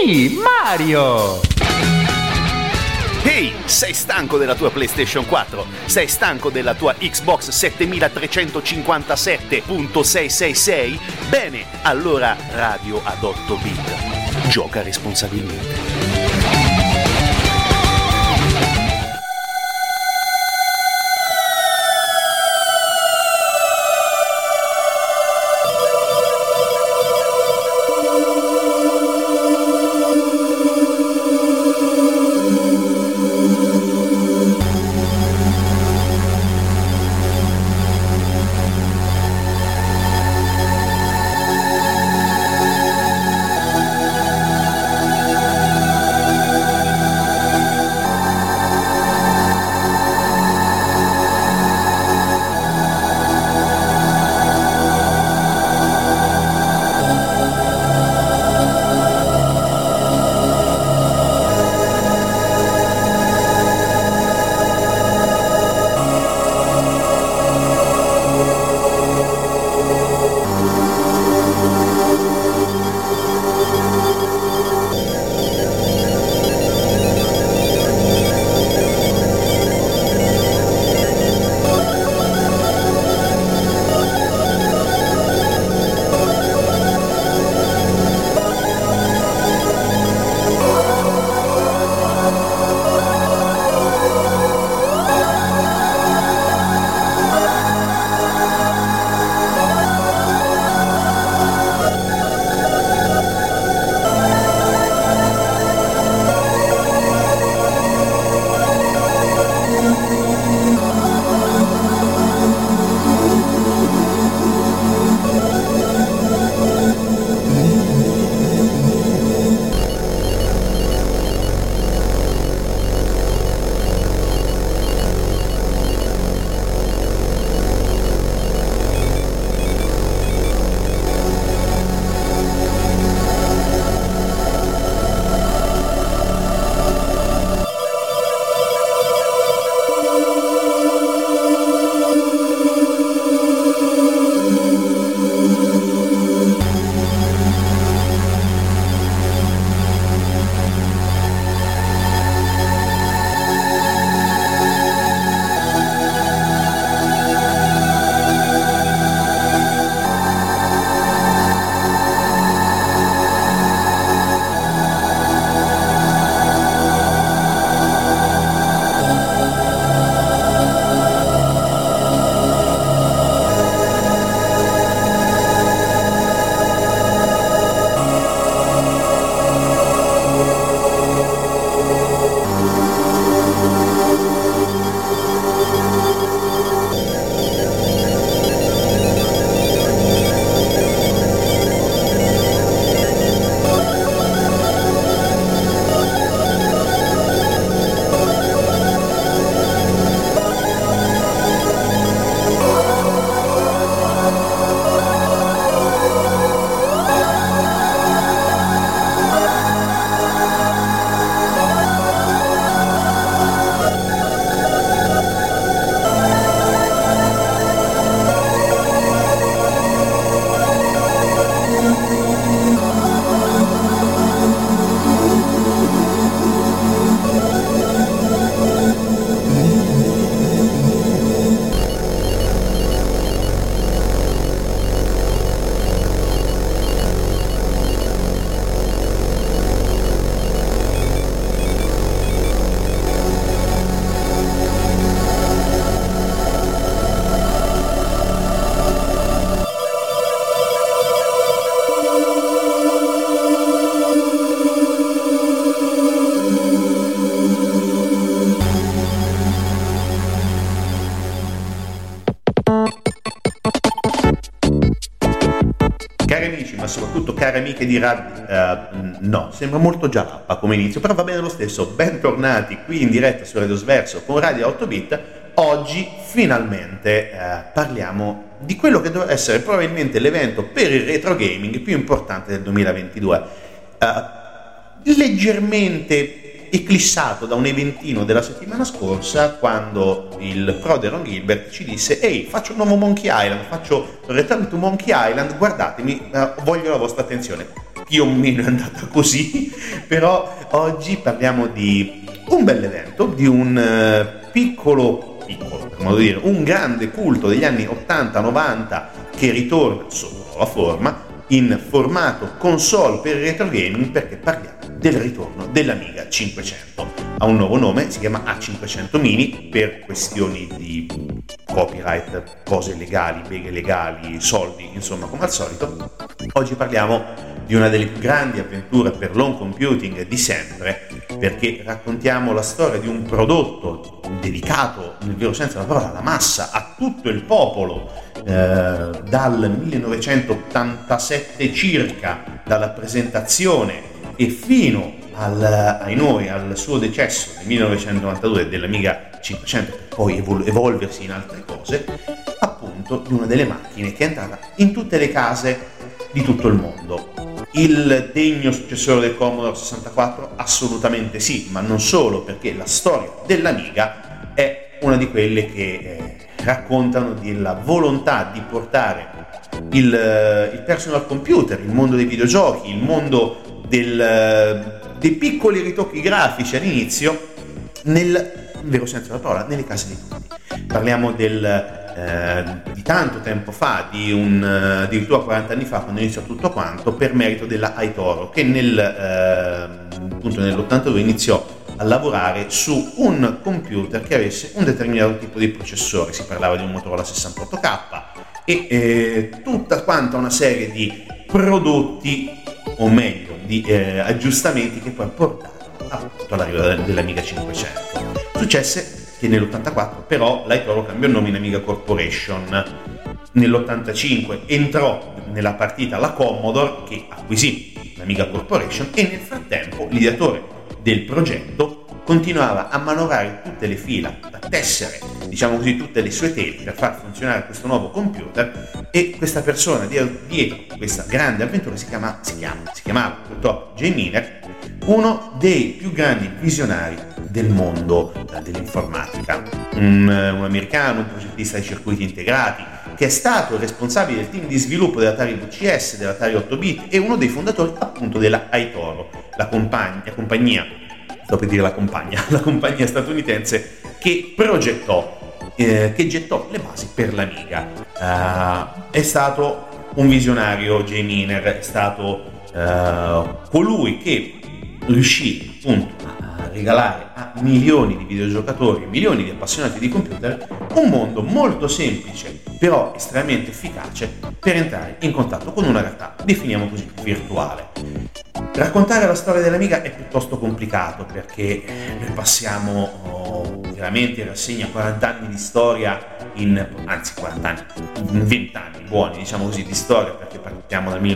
Sì, Mario! Ehi, sei stanco della tua PlayStation 4? Sei stanco della tua Xbox 7357.666? Bene, allora Radio ad 8 bit. Gioca responsabilmente. ma soprattutto care amiche di no, sembra molto Gialappa come inizio, però va bene lo stesso. Bentornati qui in diretta su Radio Sverso con Radio 8 Bit. Oggi finalmente parliamo di quello che dovrà essere probabilmente l'evento per il retro gaming più importante del 2022, leggermente eclissato da un eventino della settimana scorsa, quando il prode Ron Gilbert ci disse: ehi, faccio un nuovo Monkey Island, faccio Return to Monkey Island, guardatemi, voglio la vostra attenzione. più o meno è andata così, però oggi parliamo di un bel evento, di un piccolo per modo di dire, un grande culto degli anni 80-90 che ritorna sotto nuova forma in formato console per il retro gaming, perché parliamo del ritorno dell'Amiga 500. Ha un nuovo nome, si chiama A500 Mini per questioni di copyright, cose legali, beghe legali, soldi, insomma, come al solito. Oggi parliamo di una delle più grandi avventure per l'home computing di sempre, perché raccontiamo la storia di un prodotto dedicato, nel vero senso della parola, alla massa, a tutto il popolo, dal 1987 circa, dalla presentazione e fino al suo decesso nel 1992 dell'Amiga 500, per poi evolversi in altre cose, appunto di una delle macchine che è entrata in tutte le case di tutto il mondo. Il degno successore del Commodore 64? Assolutamente sì, ma non solo, perché la storia dell'Amiga è una di quelle che raccontano della volontà di portare il personal computer, il mondo dei videogiochi, il mondo dei piccoli ritocchi grafici all'inizio, nel vero senso della parola, nelle case di tutti. Parliamo di tanto tempo fa, addirittura 40 anni fa, quando iniziò tutto quanto, per merito della iToro, che appunto nell'82 iniziò a lavorare su un computer che avesse un determinato tipo di processore. Si parlava di un Motorola 68K e tutta quanta una serie di prodotti, o meglio di aggiustamenti, che poi portarono appunto all'arrivo dell'Amiga 500. Successe che nell'84 però l'iToro cambiò nome in Amiga Corporation. Nell'85 entrò nella partita la Commodore, che acquisì l'Amiga Corporation, e nel frattempo l'ideatore del progetto continuava a manovrare tutte le fila, a tessere, diciamo così, tutte le sue tele per far funzionare questo nuovo computer, e questa persona dietro questa grande avventura si chiamava purtroppo Jay Miner, uno dei più grandi visionari del mondo dell'informatica, un americano, un progettista di circuiti integrati, che è stato il responsabile del team di sviluppo dell'Atari VCS, dell'Atari 8-bit, e uno dei fondatori appunto della iToro, la compagnia statunitense che che gettò le basi per l'Amiga. È stato un visionario, Jay Miner, è stato colui che riuscì appunto a regalare a milioni di videogiocatori, milioni di appassionati di computer, un mondo molto semplice però estremamente efficace per entrare in contatto con una realtà, definiamo così, virtuale. Raccontare la storia dell'Amiga è piuttosto complicato, perché noi passiamo veramente in rassegna 40 anni di storia, 40 anni, 20 anni buoni, diciamo così, di storia, perché partiamo dal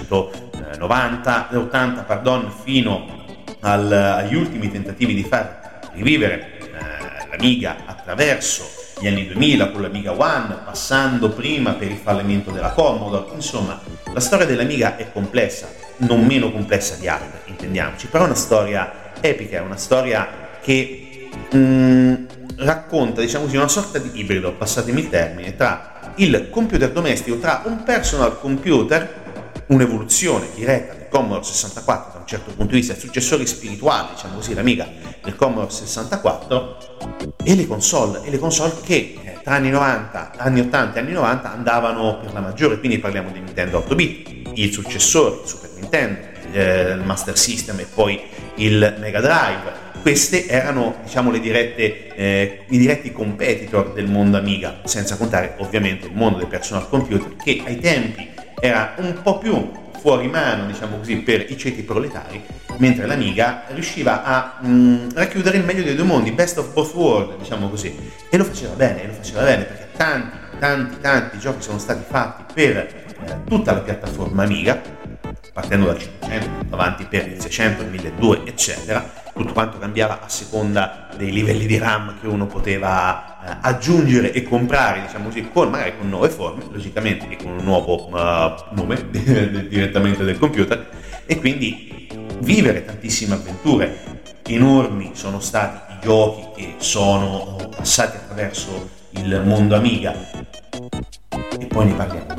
1980 fino agli ultimi tentativi di far rivivere l'Amiga attraverso gli anni 2000 con l'Amiga One, passando prima per il fallimento della Commodore. Insomma, la storia dell'Amiga è complessa, non meno complessa di altre, intendiamoci, però è una storia epica, è una storia che racconta, diciamo così, una sorta di ibrido, passatemi il termine, tra il computer domestico, tra un personal computer, un'evoluzione diretta del Commodore 64 da un certo punto di vista, il successore spirituale, diciamo così, l'Amiga del Commodore 64, e le console che tra anni 80 e anni 90 andavano per la maggiore. Quindi parliamo di Nintendo 8-bit, il successore, il Super Nintendo, il Master System e poi il Mega Drive. Queste erano, diciamo, i diretti competitor del mondo Amiga, senza contare ovviamente il mondo del personal computer, che ai tempi era un po' più fuori mano, diciamo così, per i ceti proletari, mentre l'Amiga riusciva a racchiudere il meglio dei due mondi, best of both world, diciamo così, e lo faceva bene, perché tanti giochi sono stati fatti per tutta la piattaforma Amiga, partendo dal 500, avanti per il 600, il 1200, eccetera. Tutto quanto cambiava a seconda dei livelli di RAM che uno poteva aggiungere e comprare, diciamo così, magari con nuove forme, logicamente, e con un nuovo nome direttamente del computer, e quindi vivere tantissime avventure. Enormi sono stati i giochi che sono passati attraverso il mondo Amiga, e poi ne parliamo dopo.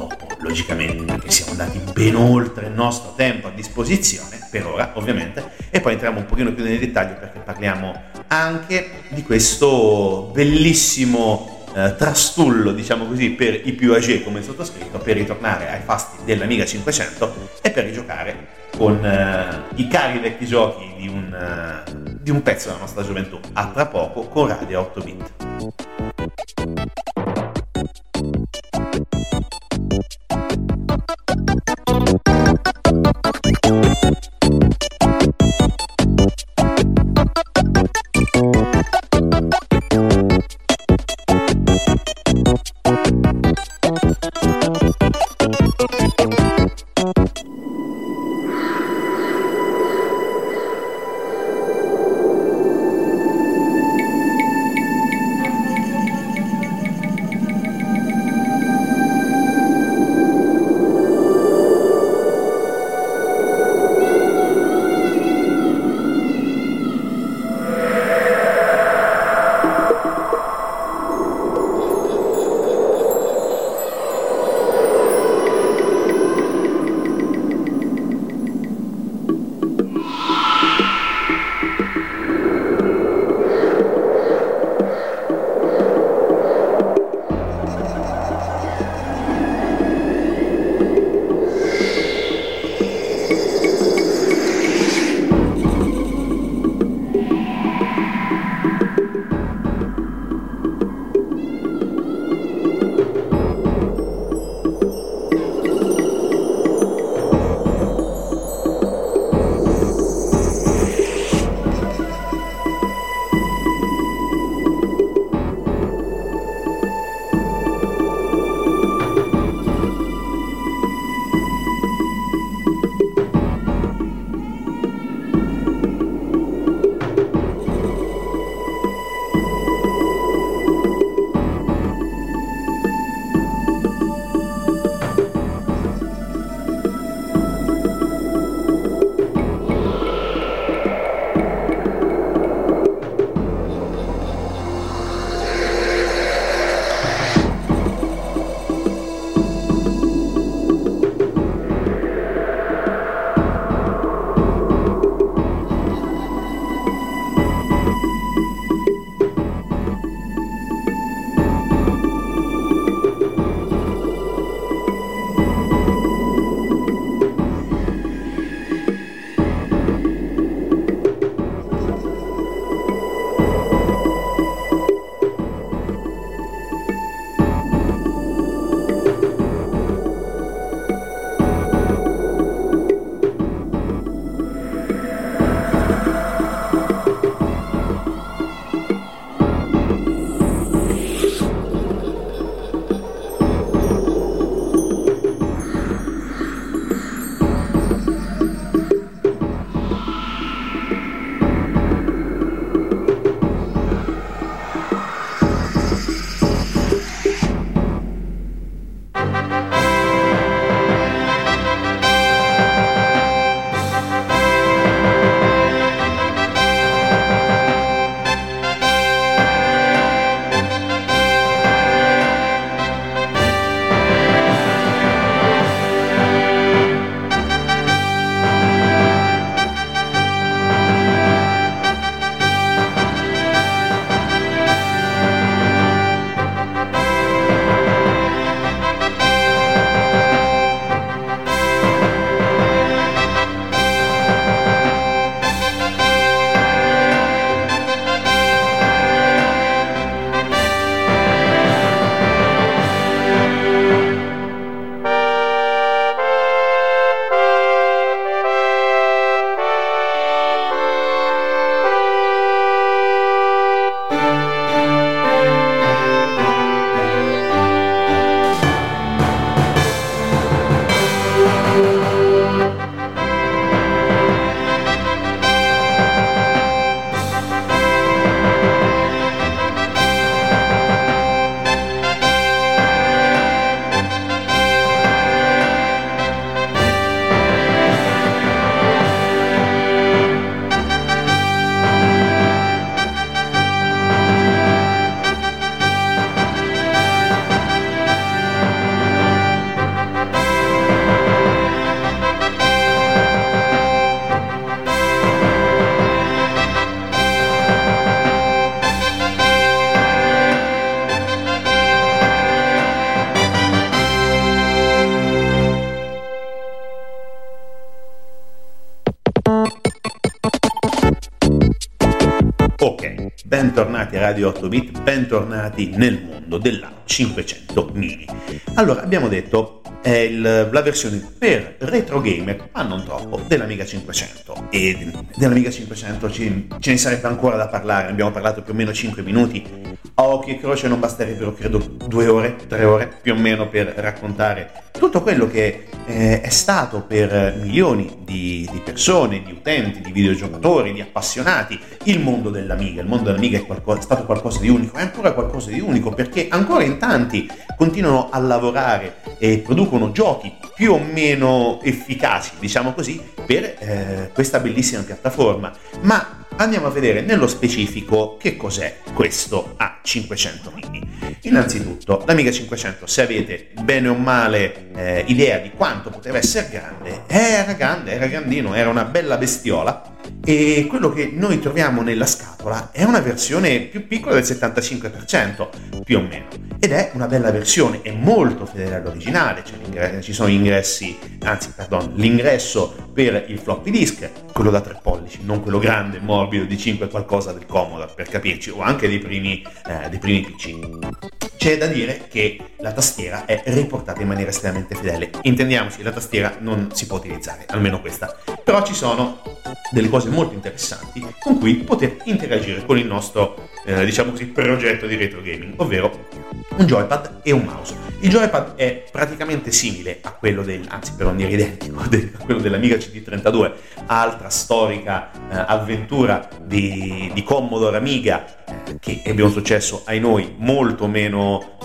logicamente perché siamo andati ben oltre il nostro tempo a disposizione, per ora ovviamente, e poi entriamo un pochino più nei dettagli perché parliamo anche di questo bellissimo trastullo, diciamo così, per i più âgé come il sottoscritto, per ritornare ai fasti dell'Amiga 500 e per rigiocare con i cari vecchi giochi di un pezzo della nostra gioventù. A tra poco con Radio 8 Bit. bentornati a Radio 8 Bit, bentornati nel mondo della 500 mini. Allora, abbiamo detto è la versione per retro gamer, ma non troppo, dell'Amiga 500, e dell'Amiga 500 ce ne sarebbe ancora da parlare. Abbiamo parlato più o meno 5 minuti, a occhio e croce non basterebbero credo 2 ore, 3 ore più o meno per raccontare tutto quello che è stato per milioni di persone, di utenti, di videogiocatori, di appassionati, il mondo dell'Amiga. Il mondo dell'Amiga è stato qualcosa di unico, è ancora qualcosa di unico, perché ancora in tanti continuano a lavorare e producono giochi più o meno efficaci, diciamo così, per questa bellissima piattaforma. Ma andiamo a vedere nello specifico che cos'è questo A500 mini. Innanzitutto, l'Amiga 500, se avete bene o male idea di quanto poteva essere grande, era grandino, era una bella bestiola, e quello che noi troviamo nella scatola è una versione più piccola del 75%, più o meno, ed è una bella versione, è molto fedele all'originale. Ci sono l'ingresso per il floppy disk, quello da 3 pollici, non quello grande, morbido di 5 qualcosa del Commodore, per capirci, o anche dei primi PC. C'è da dire che la tastiera è riportata in maniera estremamente fedele. Intendiamoci, la tastiera non si può utilizzare, almeno questa, però ci sono delle cose molto interessanti con cui poter interagire con il nostro diciamo così progetto di retro gaming, ovvero un joypad e un mouse. Il joypad è praticamente simile a quello per non dire identico, a quello dell'Amiga CD32, altra storica avventura di Commodore Amiga, che ebbe un successo, ai noi, molto meno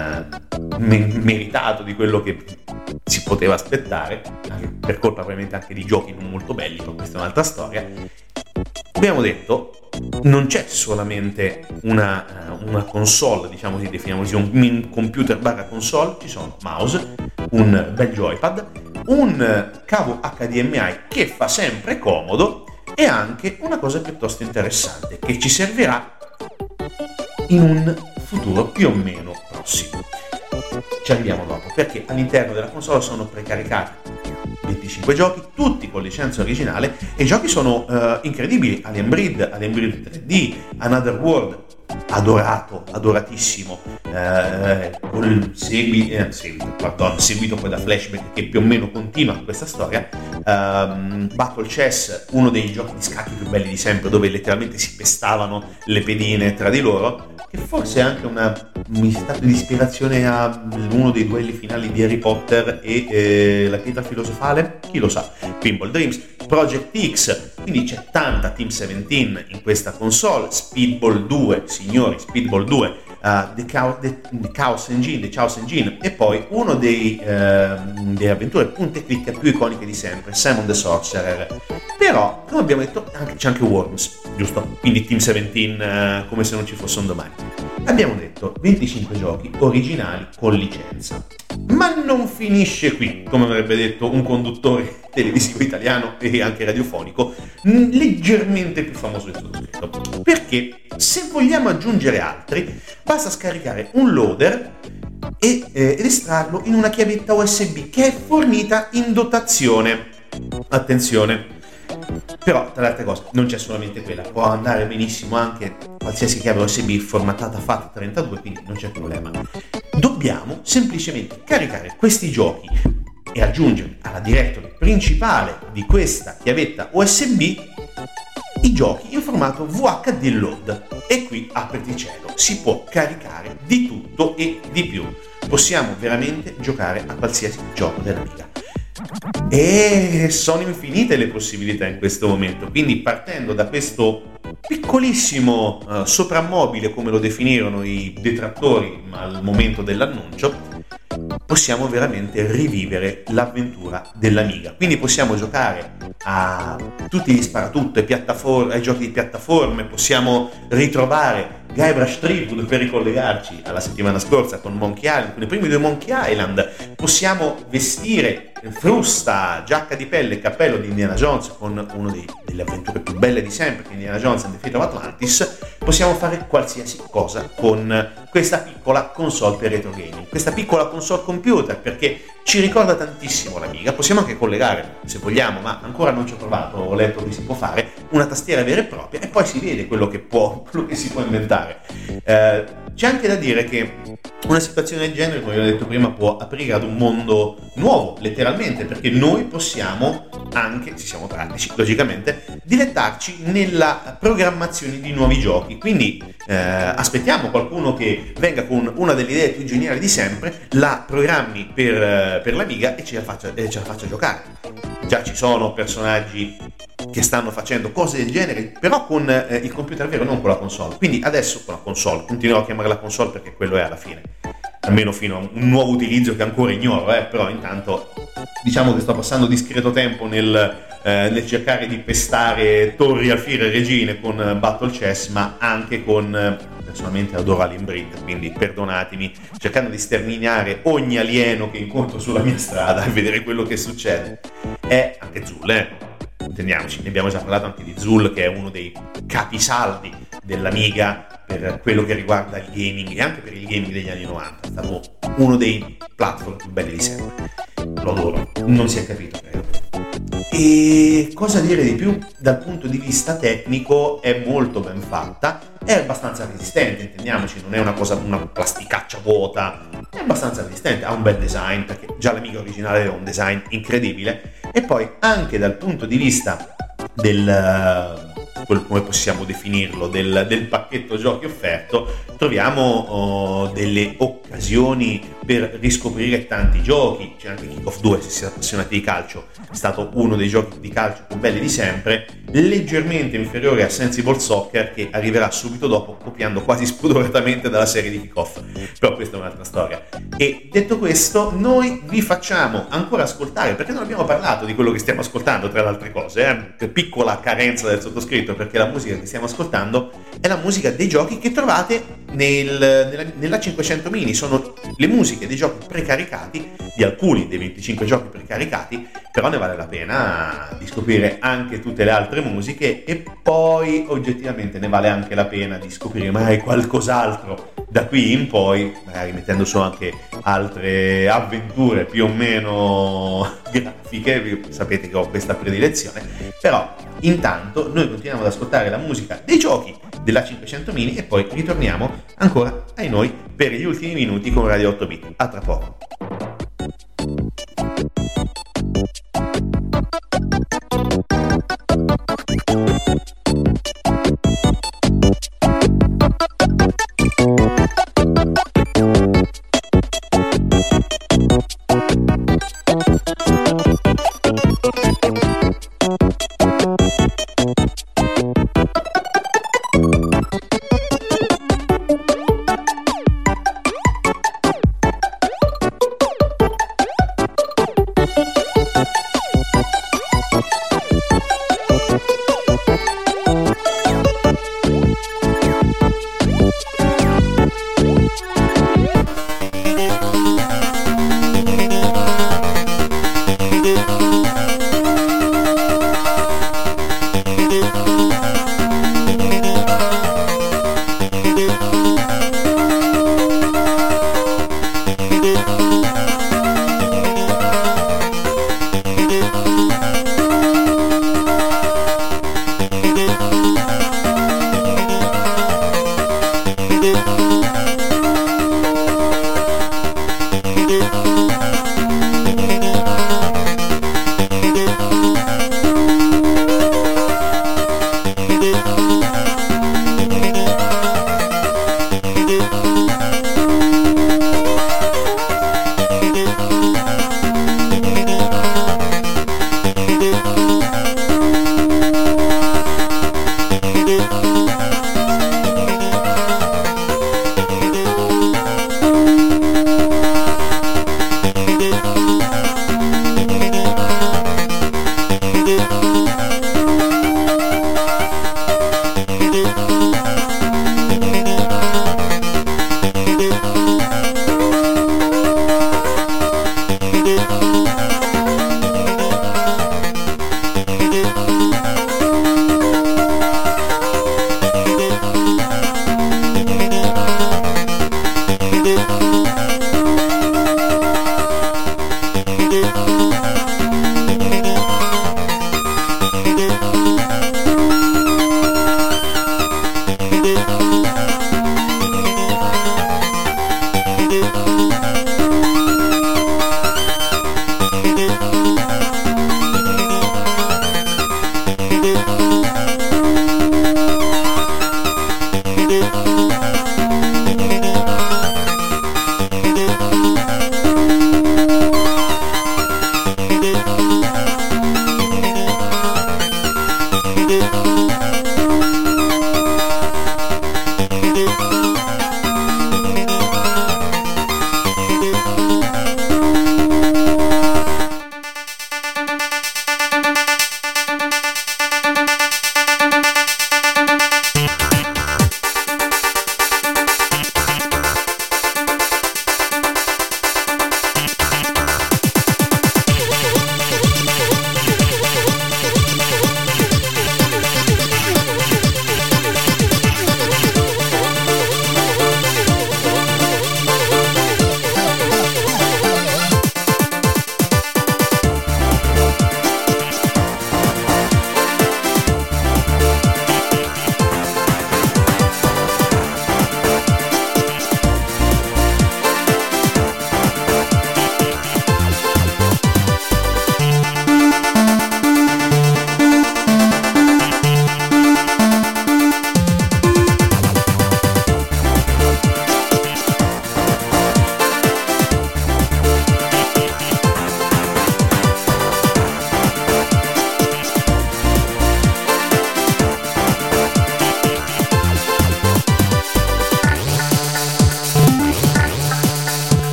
meritato di quello che si poteva aspettare, per colpa probabilmente anche di giochi non molto belli, ma questa è un'altra storia. Abbiamo detto, non c'è solamente una console, diciamo così, definiamoci un computer / console, ci sono mouse, un bel joypad, un cavo HDMI che fa sempre comodo, e anche una cosa piuttosto interessante che ci servirà in un futuro più o meno prossimo. Ci arriviamo dopo, perché all'interno della console sono precaricati 25 giochi, tutti con licenza originale, e i giochi sono incredibili. Alien Breed 3D, Another World, adoratissimo, col seguito poi da Flashback, che più o meno continua questa storia, Battle Chess, uno dei giochi di scacchi più belli di sempre, dove letteralmente si pestavano le pedine tra di loro, che forse è anche un stato di ispirazione a uno dei duelli finali di Harry Potter e la pietra filosofale, chi lo sa. Pinball Dreams, Project X, quindi c'è tanta Team 17 in questa console. Speedball 2, signori, Speedball 2, The Chaos Engine, e poi uno delle avventure punte clic più iconiche di sempre, Simon the Sorcerer. Però, come abbiamo detto, c'è anche Worms, giusto? Quindi Team 17 come se non ci fosse un domani. Abbiamo detto 25 giochi originali con licenza. Ma non finisce qui, come avrebbe detto un conduttore televisivo italiano e anche radiofonico leggermente più famoso del sottoscritto, perché se vogliamo aggiungere altri basta scaricare un loader ed estrarlo in una chiavetta USB che è fornita in dotazione. Attenzione, però tra le altre cose non c'è solamente quella, può andare benissimo anche qualsiasi chiave USB formattata FAT32, quindi non c'è problema. Dobbiamo semplicemente caricare questi giochi e aggiungere alla directory principale di questa chiavetta USB i giochi in formato VHD load, e qui apriti cielo, si può caricare di tutto e di più. Possiamo veramente giocare a qualsiasi gioco dell'Amiga. E sono infinite le possibilità in questo momento, quindi partendo da questo piccolissimo soprammobile, come lo definirono i detrattori al momento dell'annuncio, possiamo veramente rivivere l'avventura dell'Amiga. Quindi possiamo giocare a tutti gli sparatutto, ai giochi di piattaforme, possiamo ritrovare Guybrush Threepwood per ricollegarci alla settimana scorsa con Monkey Island, con i primi 2 Monkey Island, possiamo vestire frusta, giacca di pelle e cappello di Indiana Jones con una delle avventure più belle di sempre, che è Indiana Jones and the Fate of Atlantis, possiamo fare qualsiasi cosa con questa piccola console per retro gaming, questa piccola console computer, perché ci ricorda tantissimo l'Amiga. Possiamo anche collegare, se vogliamo, ma ancora non ci ho provato, ho letto che si può fare, una tastiera vera e propria e poi si vede quello che si può inventare. C'è anche da dire che una situazione del genere, come vi ho detto prima, può aprire ad un mondo nuovo, letteralmente, perché noi possiamo anche, se siamo pratici, logicamente, dilettarci nella programmazione di nuovi giochi. Quindi aspettiamo qualcuno che venga con una delle idee più geniali di sempre, la programmi per l'Amiga e ce la faccia giocare. Già ci sono personaggi che stanno facendo cose del genere, però con il computer vero, non con la console. Quindi adesso con la console, continuerò a chiamarla console perché quello è alla fine, almeno fino a un nuovo utilizzo che ancora ignoro, però intanto diciamo che sto passando discreto tempo nel cercare di pestare torri a fire e regine con Battle Chess, ma anche con, personalmente adoro Alien Breed, quindi perdonatemi, cercando di sterminare ogni alieno che incontro sulla mia strada e vedere quello che succede. E anche Zul, intendiamoci, ne abbiamo già parlato anche di Zul, che è uno dei capisaldi dell'Amiga per quello che riguarda il gaming e anche per il gaming degli anni 90. È stato uno dei platform più belli di sempre. Lo adoro, non si è capito, credo. E cosa dire di più? Dal punto di vista tecnico è molto ben fatta, è abbastanza resistente, intendiamoci, non è una plasticaccia vuota, è abbastanza resistente, ha un bel design, perché già l'Amiga originale aveva un design incredibile, e poi anche dal punto di vista come possiamo definirlo, del pacchetto giochi offerto, troviamo delle occasioni per riscoprire tanti giochi. C'è anche Kick-Off 2, se siete appassionati di calcio, è stato uno dei giochi di calcio più belli di sempre, leggermente inferiore a Sensible Soccer, che arriverà subito dopo, copiando quasi spudoratamente dalla serie di Kick-Off, però questa è un'altra storia. E detto questo, noi vi facciamo ancora ascoltare, perché non abbiamo parlato di quello che stiamo ascoltando, tra le altre cose, piccola carenza del sottoscritto, perché la musica che stiamo ascoltando è la musica dei giochi che trovate nella 500 mini. Sono le musiche dei giochi precaricati, di alcuni dei 25 giochi precaricati, però ne vale la pena di scoprire anche tutte le altre musiche, e poi oggettivamente ne vale anche la pena di scoprire magari qualcos'altro da qui in poi, magari mettendo su anche altre avventure più o meno grafiche. Sapete che ho questa predilezione, però intanto noi continuiamo ad ascoltare la musica dei giochi della 500 mini e poi ritorniamo ancora ai noi per gli ultimi minuti con Radio 8 Bit. A tra poco.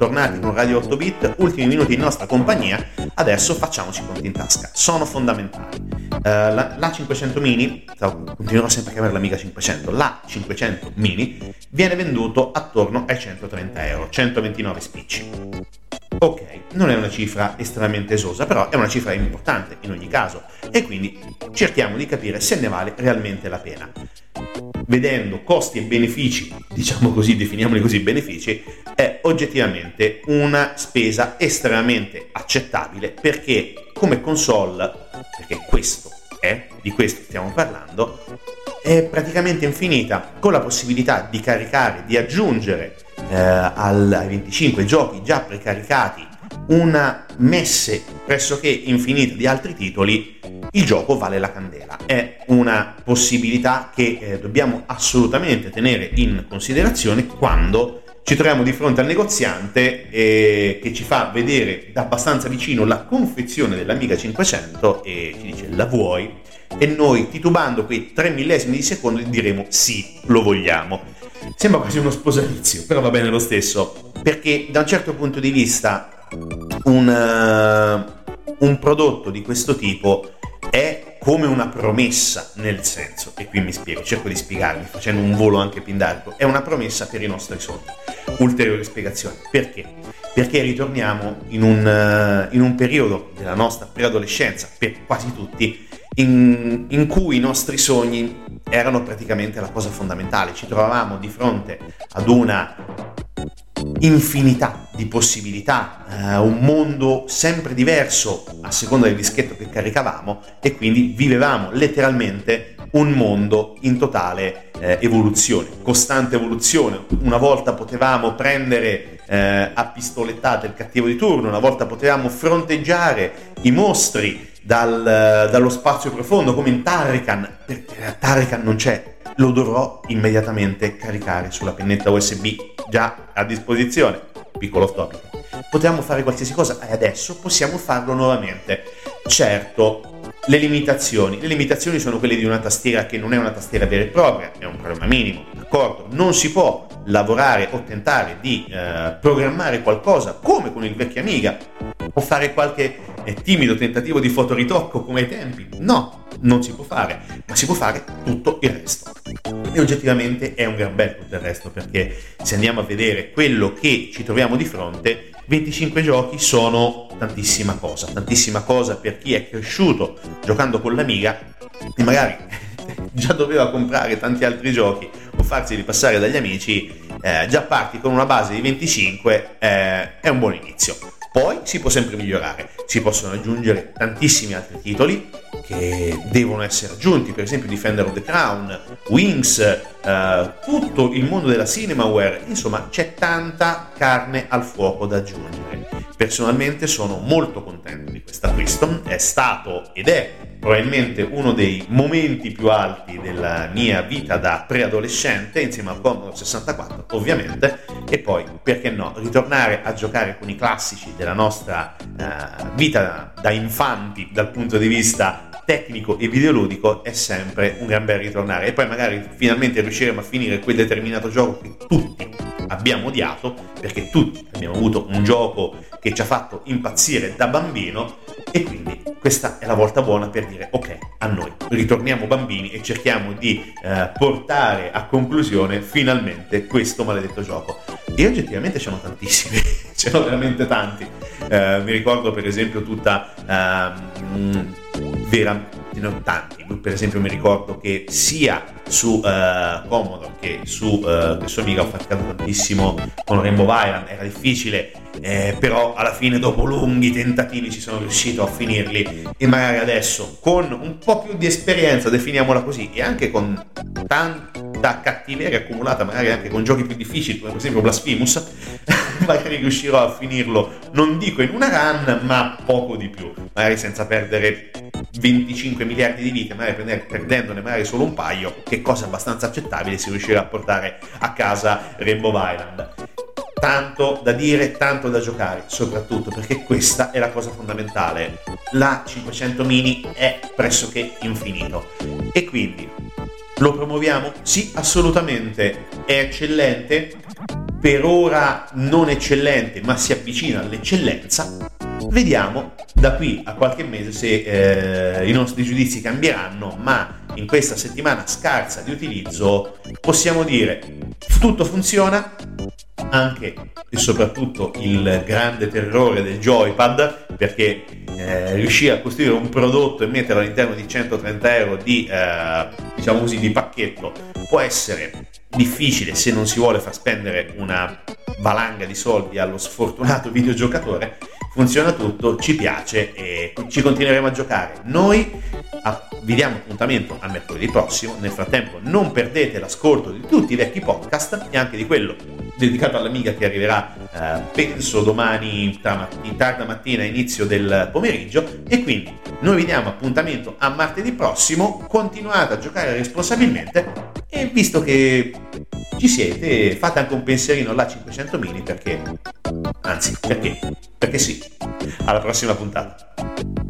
tornati con Radio 8 Bit, ultimi minuti in nostra compagnia, adesso facciamoci i conti in tasca, sono fondamentali. La 500 mini, continuerò sempre a chiamarla Amiga 500, la 500 mini viene venduto attorno ai 130 euro, 129 spicci. Ok, non è una cifra estremamente esosa, però è una cifra importante in ogni caso, e quindi cerchiamo di capire se ne vale realmente la pena. Vedendo costi e benefici, diciamo così, definiamoli così, benefici, è oggettivamente una spesa estremamente accettabile, perché come console, perché questo è, di questo stiamo parlando, è praticamente infinita, con la possibilità di caricare, di aggiungere ai 25 giochi già precaricati una messe pressoché infinita di altri titoli. Il gioco vale la candela, è una possibilità che dobbiamo assolutamente tenere in considerazione quando ci troviamo di fronte al negoziante che ci fa vedere da abbastanza vicino la confezione dell'Amiga 500 e ci dice: la vuoi? E noi, titubando quei 3 millesimi di secondo, diremo sì, lo vogliamo. Sembra quasi uno sposalizio, però va bene lo stesso, perché da un certo punto di vista un prodotto di questo tipo è come una promessa, nel senso, e qui mi spiego, cerco di spiegarmi facendo un volo anche pindarico, è una promessa per i nostri soldi. Ulteriore spiegazione: perché? Perché ritorniamo in un periodo della nostra preadolescenza, per quasi tutti, in cui i nostri sogni erano praticamente la cosa fondamentale. Ci trovavamo di fronte ad una infinità di possibilità, un mondo sempre diverso a seconda del dischetto che caricavamo, e quindi vivevamo letteralmente un mondo in totale evoluzione, costante evoluzione. Una volta potevamo prendere a pistolettate il cattivo di turno, una volta potevamo fronteggiare i mostri dallo spazio profondo come in Turrican, perché Turrican non c'è, lo dovrò immediatamente caricare sulla pennetta USB già a disposizione. Piccolo off topic. Potevamo fare qualsiasi cosa e adesso possiamo farlo nuovamente. Certo, le limitazioni sono quelle di una tastiera che non è una tastiera vera e propria, è un problema minimo, d'accordo? Non si può lavorare o tentare di programmare qualcosa come con il vecchio Amiga o fare qualche timido tentativo di fotoritocco come ai tempi. No, non si può fare, ma si può fare tutto il resto. E oggettivamente è un gran bel tutto il resto, perché se andiamo a vedere quello che ci troviamo di fronte, 25 giochi sono tantissima cosa per chi è cresciuto giocando con l'Amiga e magari già doveva comprare tanti altri giochi o farseli passare dagli amici. Già parti con una base di 25, è un buon inizio. Poi si può sempre migliorare, si possono aggiungere tantissimi altri titoli che devono essere aggiunti, per esempio Defender of the Crown, Wings, tutto il mondo della Cinemaware, insomma c'è tanta carne al fuoco da aggiungere. Personalmente sono molto contento di questo acquisto, è stato ed è probabilmente uno dei momenti più alti della mia vita da preadolescente, insieme al Commodore 64 ovviamente, e poi, perché no, ritornare a giocare con i classici della nostra vita da infanti dal punto di vista tecnico e videoludico è sempre un gran bel ritornare, e poi magari finalmente riusciremo a finire quel determinato gioco che tutti abbiamo odiato, perché tutti abbiamo avuto un gioco che ci ha fatto impazzire da bambino, e quindi questa è la volta buona per dire ok, a noi ritorniamo bambini e cerchiamo di portare a conclusione finalmente questo maledetto gioco. E oggettivamente ce ne sono tantissimi, ce ne sono veramente tanti. Mi ricordo per esempio tanti, per esempio mi ricordo che sia su Commodore che su Amiga ho faticato tantissimo con Rainbow Island, era difficile, però alla fine dopo lunghi tentativi ci sono riuscito a finirli, e magari adesso con un po' più di esperienza, definiamola così, e anche con tanta cattiveria accumulata, magari anche con giochi più difficili come per esempio Blasphemous, magari riuscirò a finirlo, non dico in una run, ma poco di più, magari senza perdere 25 miliardi di vite, magari perdendone magari solo un paio, che cosa abbastanza accettabile se riuscirà a portare a casa Rainbow Island. Tanto da dire, tanto da giocare, soprattutto perché questa è la cosa fondamentale. La 500 mini è pressoché infinito, e quindi lo promuoviamo? Sì, assolutamente. È eccellente? per ora non eccellente, ma si avvicina all'eccellenza. Vediamo da qui a qualche mese se i nostri giudizi cambieranno, ma in questa settimana scarsa di utilizzo possiamo dire tutto funziona, anche e soprattutto il grande terrore del joypad, perché riuscire a costruire un prodotto e metterlo all'interno di 130 euro di diciamo così di pacchetto può essere difficile se non si vuole far spendere una valanga di soldi allo sfortunato videogiocatore. Funziona tutto, ci piace e ci continueremo a giocare. Noi vi diamo appuntamento a mercoledì prossimo. Nel frattempo non perdete l'ascolto di tutti i vecchi podcast e anche di quello dedicato all'Amiga che arriverà penso domani tarda mattina, inizio del pomeriggio. E quindi noi vi diamo appuntamento a martedì prossimo. Continuate a giocare responsabilmente e visto che ci siete fate anche un pensierino là 500 mini perché sì. Alla prossima puntata.